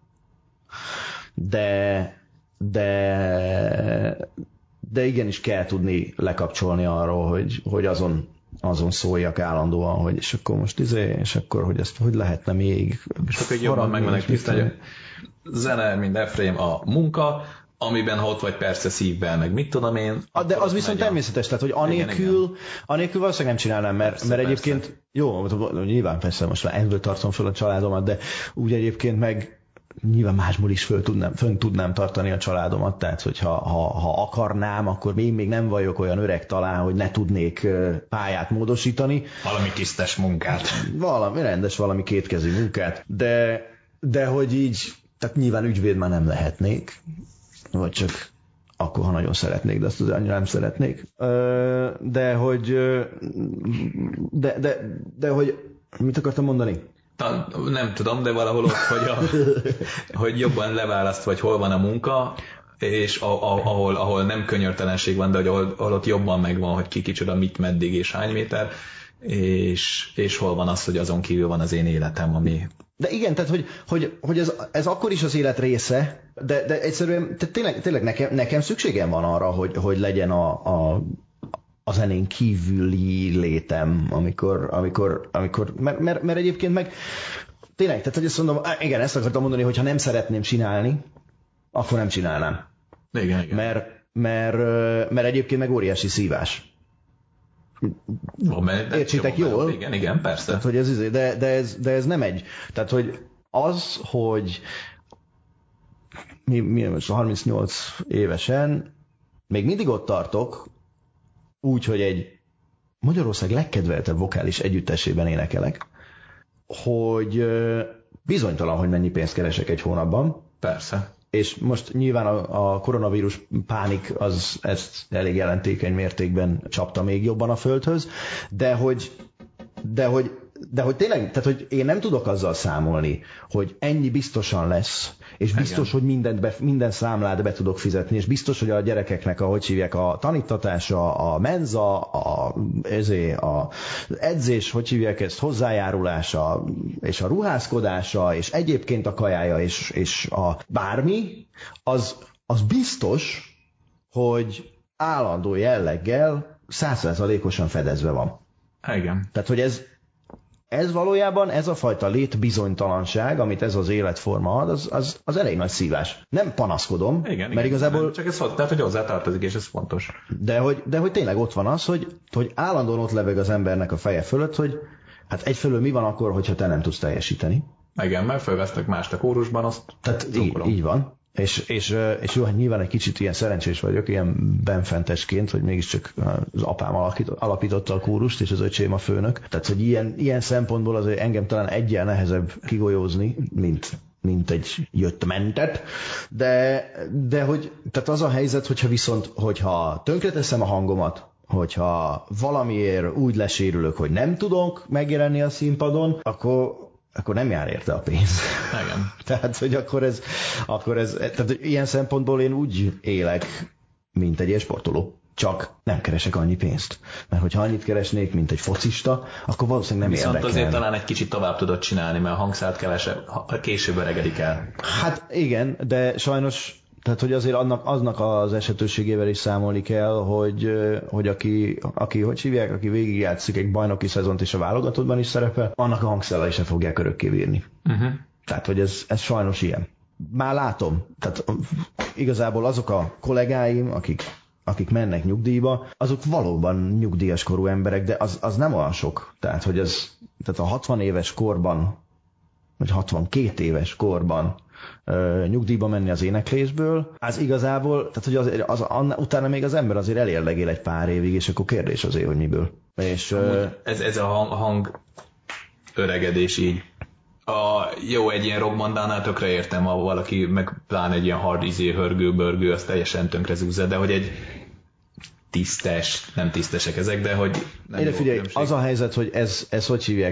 De igenis kell tudni lekapcsolni arról, hogy azon szóljak állandóan, hogy és akkor most és akkor, hogy ezt hogy lehetne még... És akkor jobban megmenek tisztán, hogy zene, mint Efrém a munka, amiben ott vagy persze szívvel, meg mit tudom én. De az viszont természetes, tehát hogy anélkül valószínűleg nem csinálnám, mert egyébként, jó, nyilván persze most már ebből tartom fel a családomat, de úgy egyébként meg nyilván másból is fönn tudnám tartani a családomat, tehát hogyha ha akarnám, akkor még nem vagyok olyan öreg talán, hogy ne tudnék pályát módosítani. Valami tisztes munkát. Valami rendes, valami kétkezű munkát, de hogy így, tehát nyilván ügyvéd már nem lehetnék, vagy csak akkor ha nagyon szeretnék, de azt azért annyira nem szeretnék. De hogy mit akartam mondani? Nem tudom, de valahol ott, hogy jobban leválaszt, vagy hol van a munka, és ahol nem könyörtelenség van, de hogy ahol ott jobban megvan, hogy ki kicsoda, mit, meddig és hány méter, és hol van az, hogy azon kívül van az én életem, ami... De igen, tehát hogy ez akkor is az élet része, de egyszerűen tényleg nekem szükségem van arra, hogy legyen a zenén kívüli létem, amikor mert egyébként meg tényleg, tehát hogy azt mondom, igen, ezt akartam mondani, hogy ha nem szeretném csinálni, akkor nem csinálnám. Igen. Mert egyébként meg óriási szívás. Értsétek jól? Igen, persze. Tehát, hogy de ez nem egy. Tehát, hogy az, hogy mi most 38 évesen még mindig ott tartok, úgy, hogy egy Magyarország legkedveltebb vokális együttesében énekelek, hogy bizonytalan, hogy mennyi pénzt keresek egy hónapban. Persze. És most nyilván a koronavírus pánik az ezt elég jelentékeny mértékben csapta még jobban a földhöz, de hogy tényleg, tehát hogy én nem tudok azzal számolni, hogy ennyi biztosan lesz, és biztos, hogy minden számlát be tudok fizetni, és biztos, hogy a gyerekeknek, ahogy hívják, a tanítatása, a menza, az edzés, hogy hívják ezt, hozzájárulása, és a ruházkodása, és egyébként a kajája, és a bármi, az biztos, hogy állandó jelleggel 100%-osan fedezve van. Igen. Tehát, hogy ez valójában, ez a fajta létbizonytalanság, amit ez az életforma ad, az elég nagy szívás. Nem panaszkodom, igen, mert igazából... Nem, csak ez tehát, hogy hozzátartozik, és ez fontos. De hogy tényleg ott van az, hogy állandóan ott leveg az embernek a feje fölött, hogy hát egyfelől mi van akkor, hogyha te nem tudsz teljesíteni. Igen, mert felvesznek mást a kórusban, azt tehát így van. És jó, hát nyilván egy kicsit ilyen szerencsés vagyok, ilyen benfentesként, hogy mégiscsak az apám alapította a kórust, és az öcsém a főnök. Tehát, hogy ilyen szempontból azért engem talán egyen nehezebb kigolyózni, mint egy jött-mentet, de hogy, tehát az a helyzet, hogyha tönkreteszem a hangomat, hogyha valamiért úgy lesérülök, hogy nem tudok megjelenni a színpadon, akkor nem jár érte a pénz. Igen. Tehát, hogy akkor ez, tehát ilyen szempontból én úgy élek, mint egy sportoló. Csak nem keresek annyi pénzt. Mert hogyha annyit keresnék, mint egy focista, akkor valószínűleg nem érdekel. Viszont azért talán egy kicsit tovább tudod csinálni, mert a hangszát később öregedik el. Hát igen, de sajnos tehát, hogy azért aznak az esetőségével is számolni kell, hogy aki hogy hívják, aki végigjátszik egy bajnoki szezont és a válogatottban is szerepel, annak a hangszálai se fogják örökké bírni. Tehát, hogy ez sajnos ilyen. Már látom. Tehát igazából azok a kollégáim, akik mennek nyugdíjba, azok valóban nyugdíjas korú emberek, de az nem olyan sok. Tehát, hogy tehát a 60 éves korban, vagy 62 éves korban nyugdíjba menni az éneklésből, az igazából, tehát hogy utána még az ember azért elérlegél egy pár évig, és akkor kérdés azért, hogy miből. És, ez a hang öregedés így. Jó, egy ilyen rockbandánál tökre értem, ha valaki meg pláne egy ilyen hard hörgő-börgő, az teljesen tönkre zúzza, de hogy egy tisztes, nem tisztesek ezek, de hogy nem jó figyelj, különbség. Az a helyzet, hogy ez hogy hívják,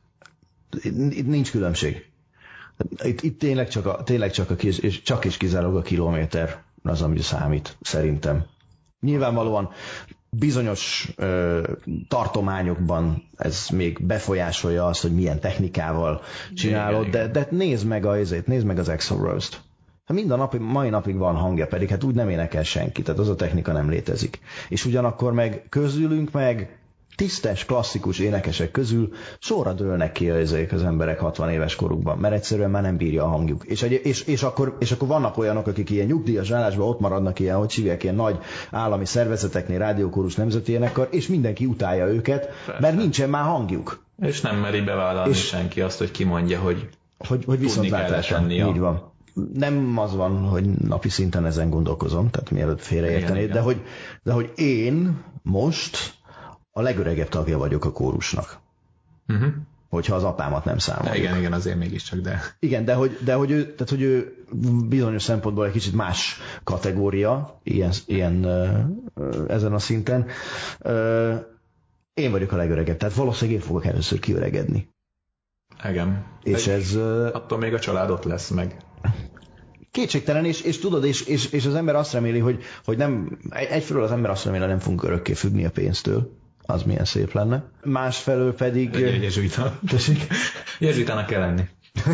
itt nincs különbség. Itt tényleg csak és kizárólag a kilométer az, ami számít, szerintem. Nyilvánvalóan bizonyos tartományokban ez még befolyásolja azt, hogy milyen technikával csinálod, de nézd meg az Axl Rose-t. Mai napig van hangja, pedig hát úgy nem énekel senki, tehát az a technika nem létezik. És ugyanakkor meg közülünk meg tisztes, klasszikus énekesek közül sorra dőlnek ki az emberek 60 éves korukban, mert egyszerűen már nem bírja a hangjuk. És akkor vannak olyanok, akik ilyen nyugdíjas állásban ott maradnak ilyen, hogy hívják, ilyen nagy állami szervezeteknél, rádiókórus, nemzeti énekkar, és mindenki utálja őket, persze, mert nincsen már hangjuk. És nem meri bevállalni senki azt, hogy kimondja, hogy viszontlátásra. Így van. Nem az van, hogy napi szinten ezen gondolkozom, tehát mielőtt félreértenéd, de hogy én most a legöregebb tagja vagyok a kórusnak. hogyha az apámat nem számoljuk. Igen, azért mégiscsak, de... Igen, de hogy ő bizonyos szempontból egy kicsit más kategória, ilyen ezen a szinten. Én vagyok a legöregebb, tehát valószínűleg én fogok először kiöregedni. Igen. És ez... Attól még a család ott lesz meg. Kétségtelen, és tudod, és az ember azt reméli, hogy nem... Egyfelől az ember azt reméli, hogy nem fogunk örökké függni a pénztől. Az milyen szép lenne. Másfelől pedig... Jezsuita. Jezsuitának kell lenni.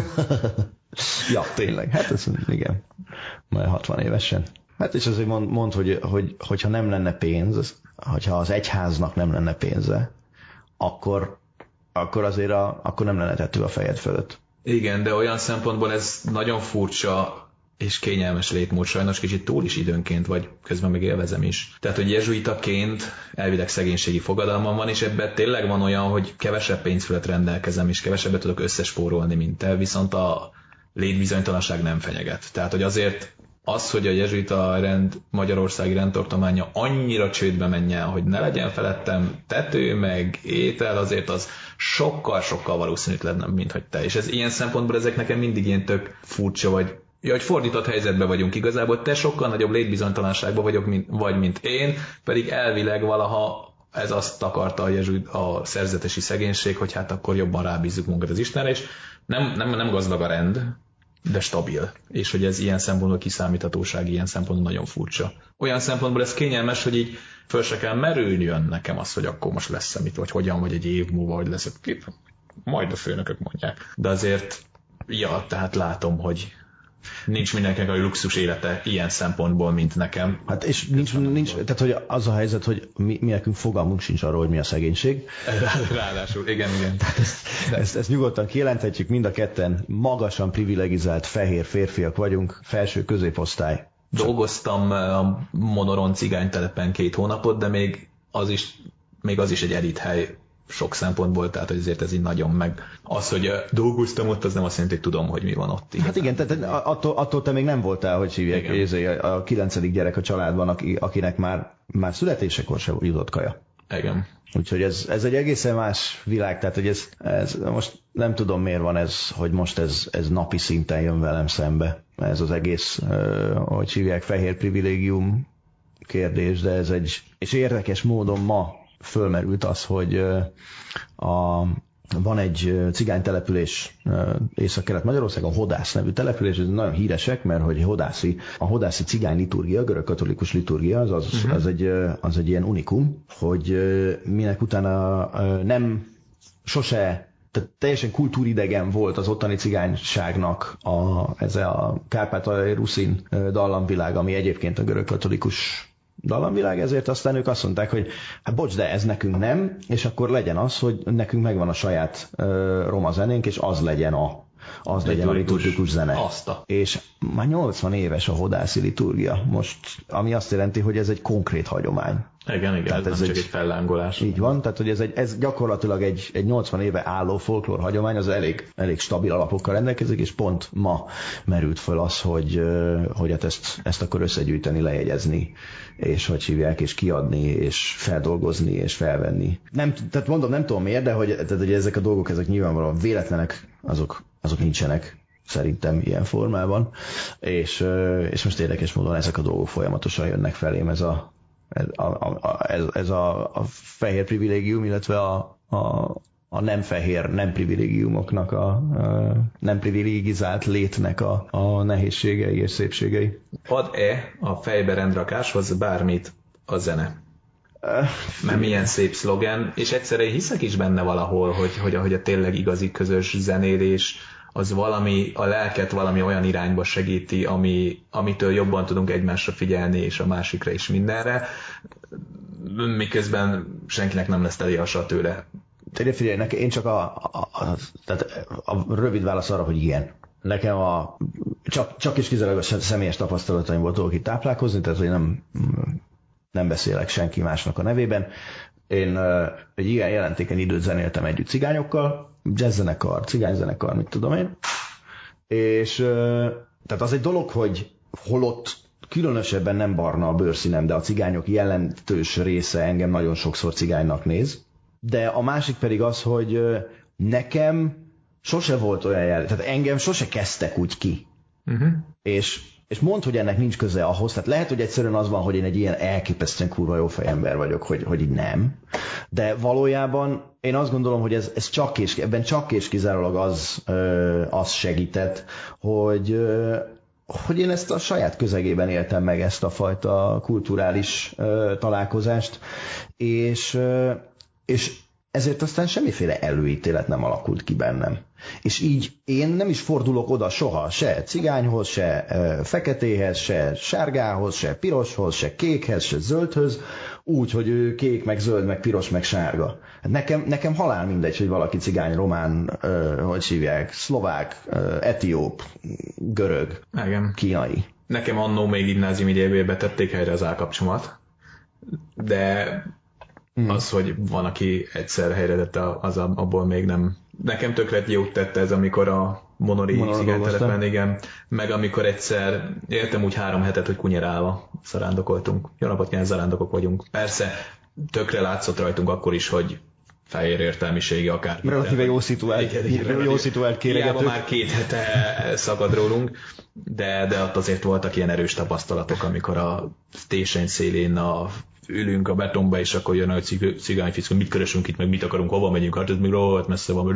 Ja, tényleg. Hát ez igen. Majd 60 évesen. Hát és azért mond, hogyha nem lenne pénz, hogyha az egyháznak nem lenne pénze, akkor azért akkor nem lenne tető a fejed fölött. Igen, de olyan szempontból ez nagyon furcsa és kényelmes létmód, sajnos kicsit túl is időnként, vagy közben meg élvezem is. Tehát, hogy jezsuitaként elvileg szegénységi fogadalmam van, és ebben tényleg van olyan, hogy kevesebb pénz fölött rendelkezem, és kevesebbet tudok összespórolni, mint te, viszont a létbizonytalanság nem fenyeget. Tehát, hogy azért az, hogy a jezsuita rend, magyarországi rendtartománya annyira csődbe menjen, hogy ne legyen felettem tető, meg étel, azért az sokkal-sokkal valószínűtlenebb, mint hogy te. És ez ilyen szempontból ezek nekem mindig ilyen tök furcsa, vagy hogy fordított helyzetben vagyunk igazából, te sokkal nagyobb létbizonytalanságban vagy, mint én, pedig elvileg valaha ez azt akarta a szerzetesi szegénység, hogy hát akkor jobban rábízzuk munkat az Istenre, és nem gazdag a rend, de stabil. És hogy ez ilyen szempontból kiszámíthatóság, ilyen szempontból nagyon furcsa. Olyan szempontból ez kényelmes, hogy így föl se kell merüljön nekem az, hogy akkor most lesz mit, vagy hogyan, vagy egy év múlva, hogy lesz. Majd a főnökök mondják. De azért, tehát látom, hogy nincs mindenkinek a luxus élete ilyen szempontból, mint nekem. Hát és nincs tehát hogy az a helyzet, hogy mi nekünk fogalmunk sincs arról, hogy mi a szegénység. Ráadásul, igen. Ezt nyugodtan kijelenthetjük, mind a ketten magasan privilegizált fehér férfiak vagyunk, felső középosztály. Dolgoztam a Monoron cigánytelepen 2 hónapot, de még az is egy elithely sok szempontból, tehát hogy azért ez így nagyon meg. Az, hogy dolgoztam ott, az nem azt jelenti, hogy tudom, hogy mi van ott. Hát igen, tehát attól te még nem voltál, hogy hívják, a 9. gyerek a családban, akinek már születésekor sem jutott kaja. Igen. Úgyhogy ez egy egészen más világ, tehát hogy ez most nem tudom miért van ez, hogy most ez napi szinten jön velem szembe. Ez az egész, hogy hívják, fehér privilégium kérdés, de ez és érdekes módon ma fölmerült az, hogy van egy cigány település Észak-Kelet Magyarországon, Hodász nevű település, ez nagyon híresek, mert hogy a hodászi cigány liturgia, görög-katolikus liturgia, az egy ilyen unikum, hogy minek utána nem sose, tehát teljesen kultúridegen volt az ottani cigányságnak ez a kárpátaljai ruszin dallamvilág, ami egyébként a görög-katolikus dallamvilág, ezért aztán ők azt mondták, hogy hát bocs, de ez nekünk nem, és akkor legyen az, hogy nekünk megvan a saját roma zenénk, és az legyen a liturgikus zene. És már 80 éves a hodászi liturgia most, ami azt jelenti, hogy ez egy konkrét hagyomány. Igen, tehát ez nem csak egy fellángolás. Így van, tehát hogy ez gyakorlatilag egy 80 éve álló folklór hagyomány, az elég stabil alapokkal rendelkezik, és pont ma merült föl az, hogy hát ezt akkor összegyűjteni, lejegyezni, és hogy hívják, és kiadni, és feldolgozni, és felvenni. Tehát mondom, nem tudom miért, de hogy ezek a dolgok, ezek nyilvánvalóan véletlenek, azok nincsenek szerintem ilyen formában, és most érdekes módon ezek a dolgok folyamatosan jönnek felém, ez a fehér privilégium, illetve a nem fehér, nem privilégiumoknak, a nem privilegizált létnek a nehézségei és szépségei. Ad-e a fejbe rendrakáshoz bármit a zene? Mert milyen szép szlogen, és egyszerűen hiszek is benne valahol, hogy a tényleg igazi közös zenélés az a lelket valami olyan irányba segíti, amitől jobban tudunk egymásra figyelni, és a másikra és mindenre, miközben senkinek nem lesz teli hasa tőle. Tényleg figyelj, én csak tehát a rövid válasz arra, hogy igen. Nekem csak és kizárólag személyes tapasztalataim volt dolgok itt táplálkozni, tehát hogy nem beszélek senki másnak a nevében. Én egy ilyen jelentékeny időt zenéltem együtt cigányokkal, jazzzenekar, cigányzenekar, mit tudom én. És tehát az egy dolog, hogy holott különösebben nem barna a bőrszínem, de a cigányok jelentős része engem nagyon sokszor cigánynak néz. De a másik pedig az, hogy nekem sose volt olyan jel, tehát engem sose kezdtek úgy ki. És mondd, hogy ennek nincs köze ahhoz, tehát lehet, hogy egyszerűen az van, hogy én egy ilyen elképesztően kurva jó fejember vagyok, hogy így nem. De valójában én azt gondolom, hogy ez ebben csak és kizárólag az segített, hogy én ezt a saját közegében éltem meg, ezt a fajta kulturális találkozást, és ezért aztán semmiféle előítélet nem alakult ki bennem. És így én nem is fordulok oda soha, se cigányhoz, se feketéhez, se sárgához, se piroshoz, se kékhez, se zöldhöz, úgy, hogy ő kék, meg zöld, meg piros, meg sárga. Nekem halál mindegy, hogy valaki cigány, román, hogy hívják, szlovák, etióp, görög, igen, kínai. Nekem annó még gimnázium idejében betették helyre az állkapcsomat, de az, hogy van, aki egyszer helyre tette, az abból még nem. Nekem tökre jót tette ez, amikor a Monori cigánytelepen, igen, meg amikor egyszer éltem úgy 3 hetet, hogy kunyerálva zarándokoltunk. Jó napot, milyen zarándokok vagyunk. Persze, tökre látszott rajtunk akkor is, hogy fehér értelmiségi akár. Relatíve jó szituált kéregetők. Hiába már 2 hete szakad rólunk, de ott azért voltak ilyen erős tapasztalatok, amikor a téseny szélén ülünk a betonba, és akkor jön a cigányfickó, mit keresünk itt, meg mit akarunk, hova megyünk, hát ez még rohadt messze van,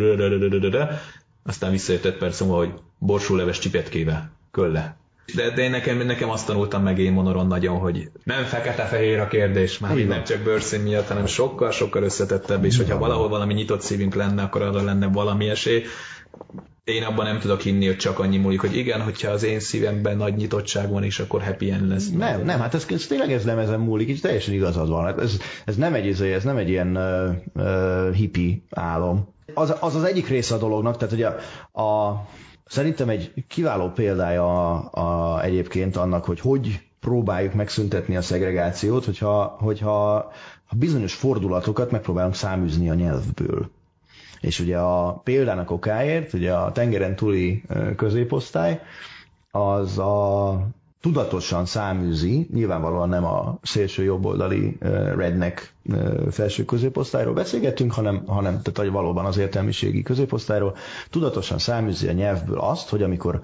aztán visszajött 5 perc múlva, hogy borsóleves csipetkével, kölle. De én nekem azt tanultam meg én Monoron nagyon, hogy nem fekete-fehér a kérdés, már nem csak bőrszín miatt, hanem sokkal összetettebb, és hogyha valahol valami nyitott szívünk lenne, akkor arra lenne valami esély. Én abban nem tudok hinni, hogy csak annyi múlik, hogy igen, hogyha az én szívemben nagy nyitottság van, és akkor happy end lesz. Nem, hát ez tényleg ez nem ezen múlik, és teljesen igazad van. Hát ez nem egy ilyen hippie álom. Az egyik része a dolognak, tehát ugye szerintem egy kiváló példája egyébként annak, hogy próbáljuk megszüntetni a szegregációt, hogyha bizonyos fordulatokat megpróbálunk száműzni a nyelvből. És ugye a példának okáért, ugye a tengeren túli középosztály, az tudatosan száműzi, nyilvánvalóan nem a szélső jobboldali redneck felső középosztályról beszélgettünk, hanem tehát valóban az értelmiségi középosztályról, tudatosan száműzi a nyelvből azt, hogy amikor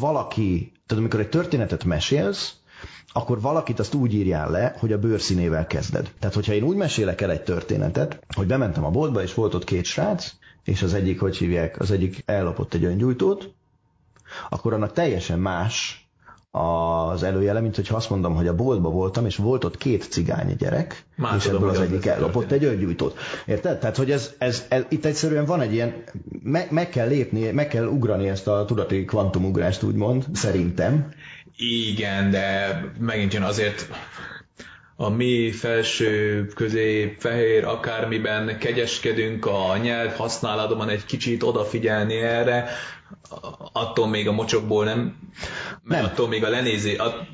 egy történetet mesélsz, akkor valakit azt úgy írjál le, hogy a bőrszínével kezded. Tehát, hogyha én úgy mesélek el egy történetet, hogy bementem a boltba, és volt ott 2 srác, és az egyik ellopott egy öngyújtót, akkor annak teljesen más az előjele, mint hogyha azt mondom, hogy a boltba voltam, és volt ott 2 cigány gyerek, és ebből az egyik ellopott egy öngyújtót. Érted? Tehát, hogy ez itt egyszerűen van egy ilyen, meg kell lépni, meg kell ugrani ezt a tudati kvantumugrást, úgymond, szerintem. Igen, de megint jön azért a mi felső, közép, fehér, akármiben kegyeskedünk a nyelv használatban egy kicsit odafigyelni erre, attól még a mocsokból nem. Attól még a lenézé.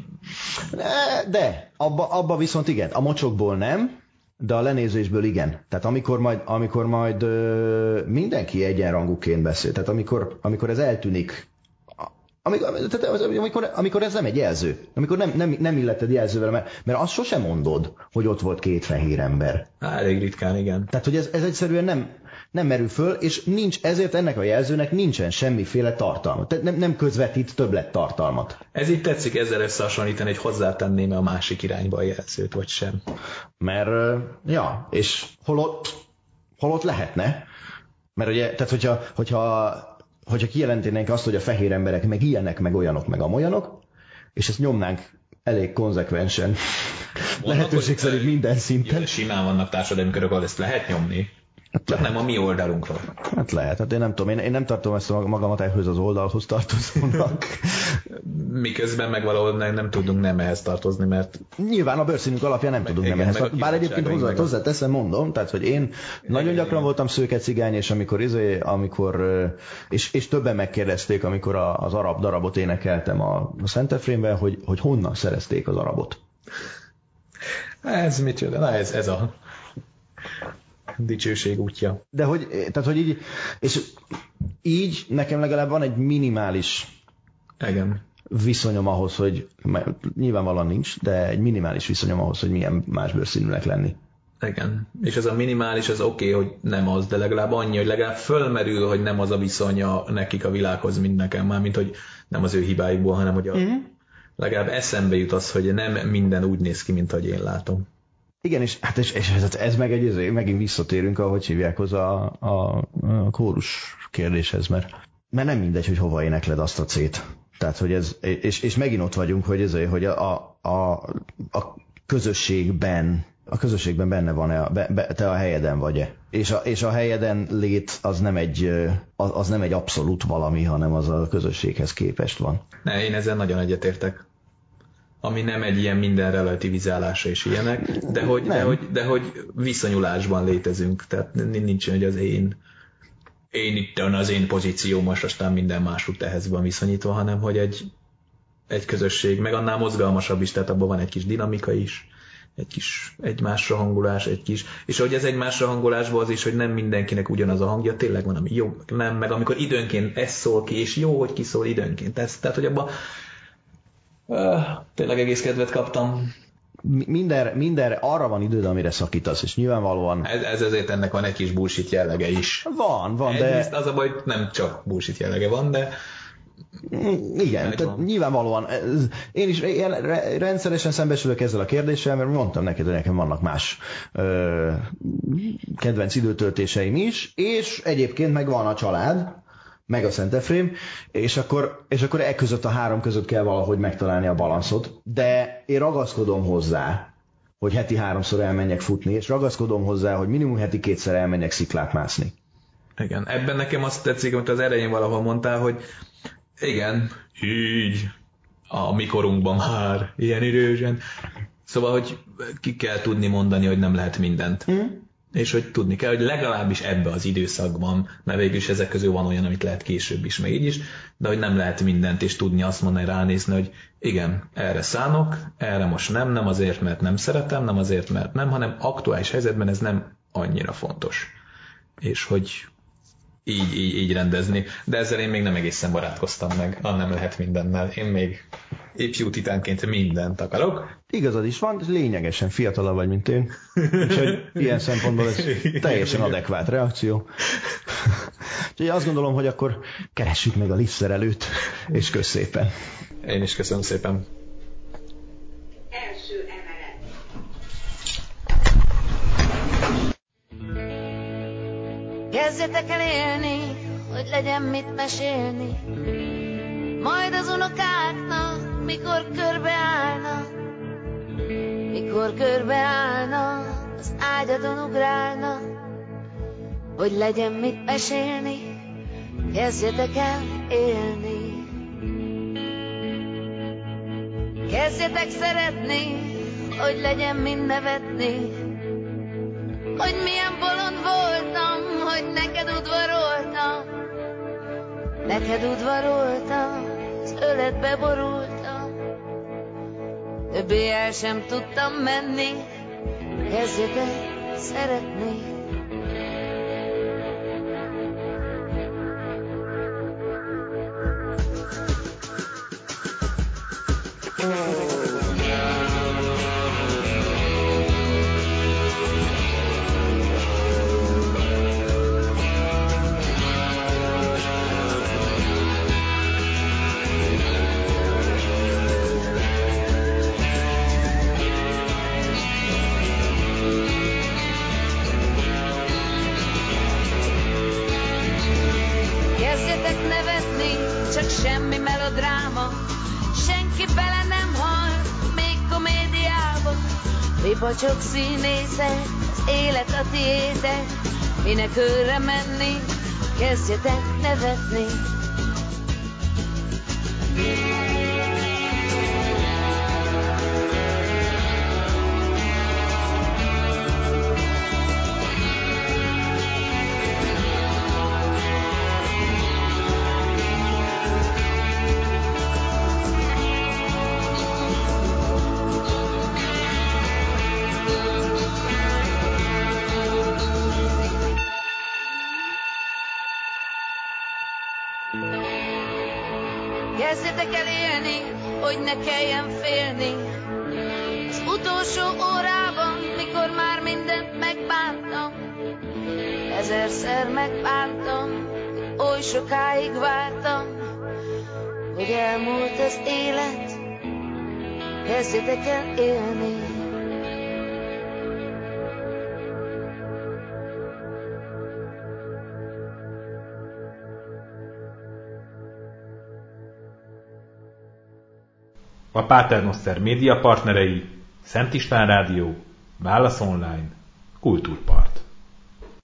De, abba viszont igen, a mocsokból nem, de a lenézésből igen. Tehát amikor majd mindenki egyenrangúként beszél, tehát amikor ez eltűnik, amikor ez nem egy jelző, amikor nem illeted jelzővel, mert azt sosem mondod, hogy ott volt 2 fehér ember. Elég ritkán, igen. Tehát, hogy ez egyszerűen nem merül föl, és ezért ennek a jelzőnek nincsen semmiféle tartalma. Tehát nem közvetít többlettartalmat. Ez így tetszik ezzel összehasonlítani, hogy hozzátenném a másik irányba a jelzőt, vagy sem. Mert, és holott lehetne. Mert ugye, tehát hogyha kijelentenénk azt, hogy a fehér emberek meg ilyenek, meg olyanok, meg amolyanok, és ezt nyomnánk elég konzekvensen, lehetőség szerint minden szinten. Jó, simán vannak társadalmi körök, ahol ezt lehet nyomni. Csak nem a mi oldalunkról. Hát lehet, hát én nem tudom, én nem tartom ezt magamat ehhez az oldalhoz tartozónak. Miközben meg valahol nem tudunk nem ehhez tartozni, mert... Nyilván a bőrszínünk alapján nem tudunk nem ehhez tartozni. Bár egyébként hozzáteszem, mondom, tehát, hogy én nagyon gyakran voltam szőke cigány, és és többen megkérdezték, amikor az arab darabot énekeltem a Szent Efrémben, hogy honnan szerezték az arabot. Ez micsoda? Na ez a dicsőség útja. De hogy így, és így nekem legalább van egy minimális viszonyom ahhoz, hogy nyilvánvalóan nincs, de egy minimális viszonyom ahhoz, hogy milyen más bőrszínűnek lenni. Igen. És ez a minimális, az oké, hogy nem az, de legalább annyi, hogy legalább fölmerül, hogy nem az a viszonya nekik a világhoz, mint nekem. Mármint, hogy nem az ő hibájukból, hanem hogy legalább eszembe jut az, hogy nem minden úgy néz ki, mint ahogy én látom. Igen, és ez meg megint visszatérünk, ahogy hívják hozzá a kórus kérdéshez, mert nem mindegy, hogy hova énekled azt a C-t. Tehát, hogy ez, és megint ott vagyunk, hogy a közösségben benne van-e, te a helyeden vagy-e. És a helyeden lét az nem egy abszolút valami, hanem az a közösséghez képest van. Ne, én ezzel nagyon egyetértek. Ami nem egy ilyen minden relativizálása és ilyenek, de hogy viszonyulásban létezünk. Tehát nincs, hogy az én itt az én pozíció most aztán minden másút ehhez van viszonyítva, hanem hogy egy közösség, meg annál mozgalmasabb is, tehát abban van egy kis dinamika is, egy kis egymásra hangolás, és ahogy ez egymásra hangolásban az is, hogy nem mindenkinek ugyanaz a hangja, tényleg van, ami jó, nem, meg amikor időnként ez szól ki, és jó, hogy kiszól időnként. Tehát, hogy abban tényleg egész kedvet kaptam. Mindenre arra van időd, amire szakítasz, és nyilvánvalóan... Ez azért ennek van egy kis bullshit jellege is. Van, de... Az a baj, hogy nem csak bullshit jellege van, de... Igen, tehát nyilvánvalóan. Én is rendszeresen szembesülök ezzel a kérdéssel, mert mondtam neked, hogy nekem vannak más kedvenc időtöltéseim is, és egyébként meg van a család, meg a Szent Efrém, és akkor között a három között kell valahogy megtalálni a balanszot, de én ragaszkodom hozzá, hogy heti 3-szor elmenjek futni, és ragaszkodom hozzá, hogy minimum heti 2-szer elmenjek sziklát mászni. Igen, ebben nekem azt tetszik, amit az elején valahol mondtál, hogy igen, így a mikorunkban már ilyen idősen. Szóval, hogy ki kell tudni mondani, hogy nem lehet mindent. És hogy tudni kell, hogy legalábbis ebbe az időszakban, mert végülis ezek közül van olyan, amit lehet később is, meg így is, de hogy nem lehet mindent, és tudni azt mondani, ránézni, hogy igen, erre szánok, erre most nem azért, mert nem szeretem, nem azért, mert nem, hanem aktuális helyzetben ez nem annyira fontos. És hogy így rendezni. De ezzel én még nem egészen barátkoztam meg, nem lehet mindennel. Én még ifjú titánként mindent akarok. Igazad is van, lényegesen fiatalabb vagy, mint én. Úgyhogy ilyen szempontból ez teljesen adekvát reakció. Úgyhogy azt gondolom, hogy akkor keressük meg a liftszerelőt, és kösz szépen. Én is köszönöm szépen. Első emelet. Kezdjetek el élni, hogy legyen mit mesélni, majd az unokáknak, mikor körbeállnak, az ágyadon ugrálnak, hogy legyen mit mesélni, kezdjetek el élni. Kezdjetek szeretni, hogy legyen mind nevetni, hogy milyen bolond voltam, hogy neked udvaroltam, az öletbe borultam, többé el sem tudtam menni, kezdjetek szeretni. Kezdjetek nevetni, csak semmi melodráma, senki bele nem hal, még komédiába. Mi pacsok színészek, az élet a tiétek, minek őre menni, kezdjetek nevetni. Kezdjetek el élni, hogy ne kelljen félni. Az utolsó órában, mikor már mindent 1000-szer megbántam, oly sokáig vártam, hogy elmúlt az élet, kezdjetek el élni. A Paternoster média partnerei: Szent István Rádió, Válasz Online, Kultúrpark.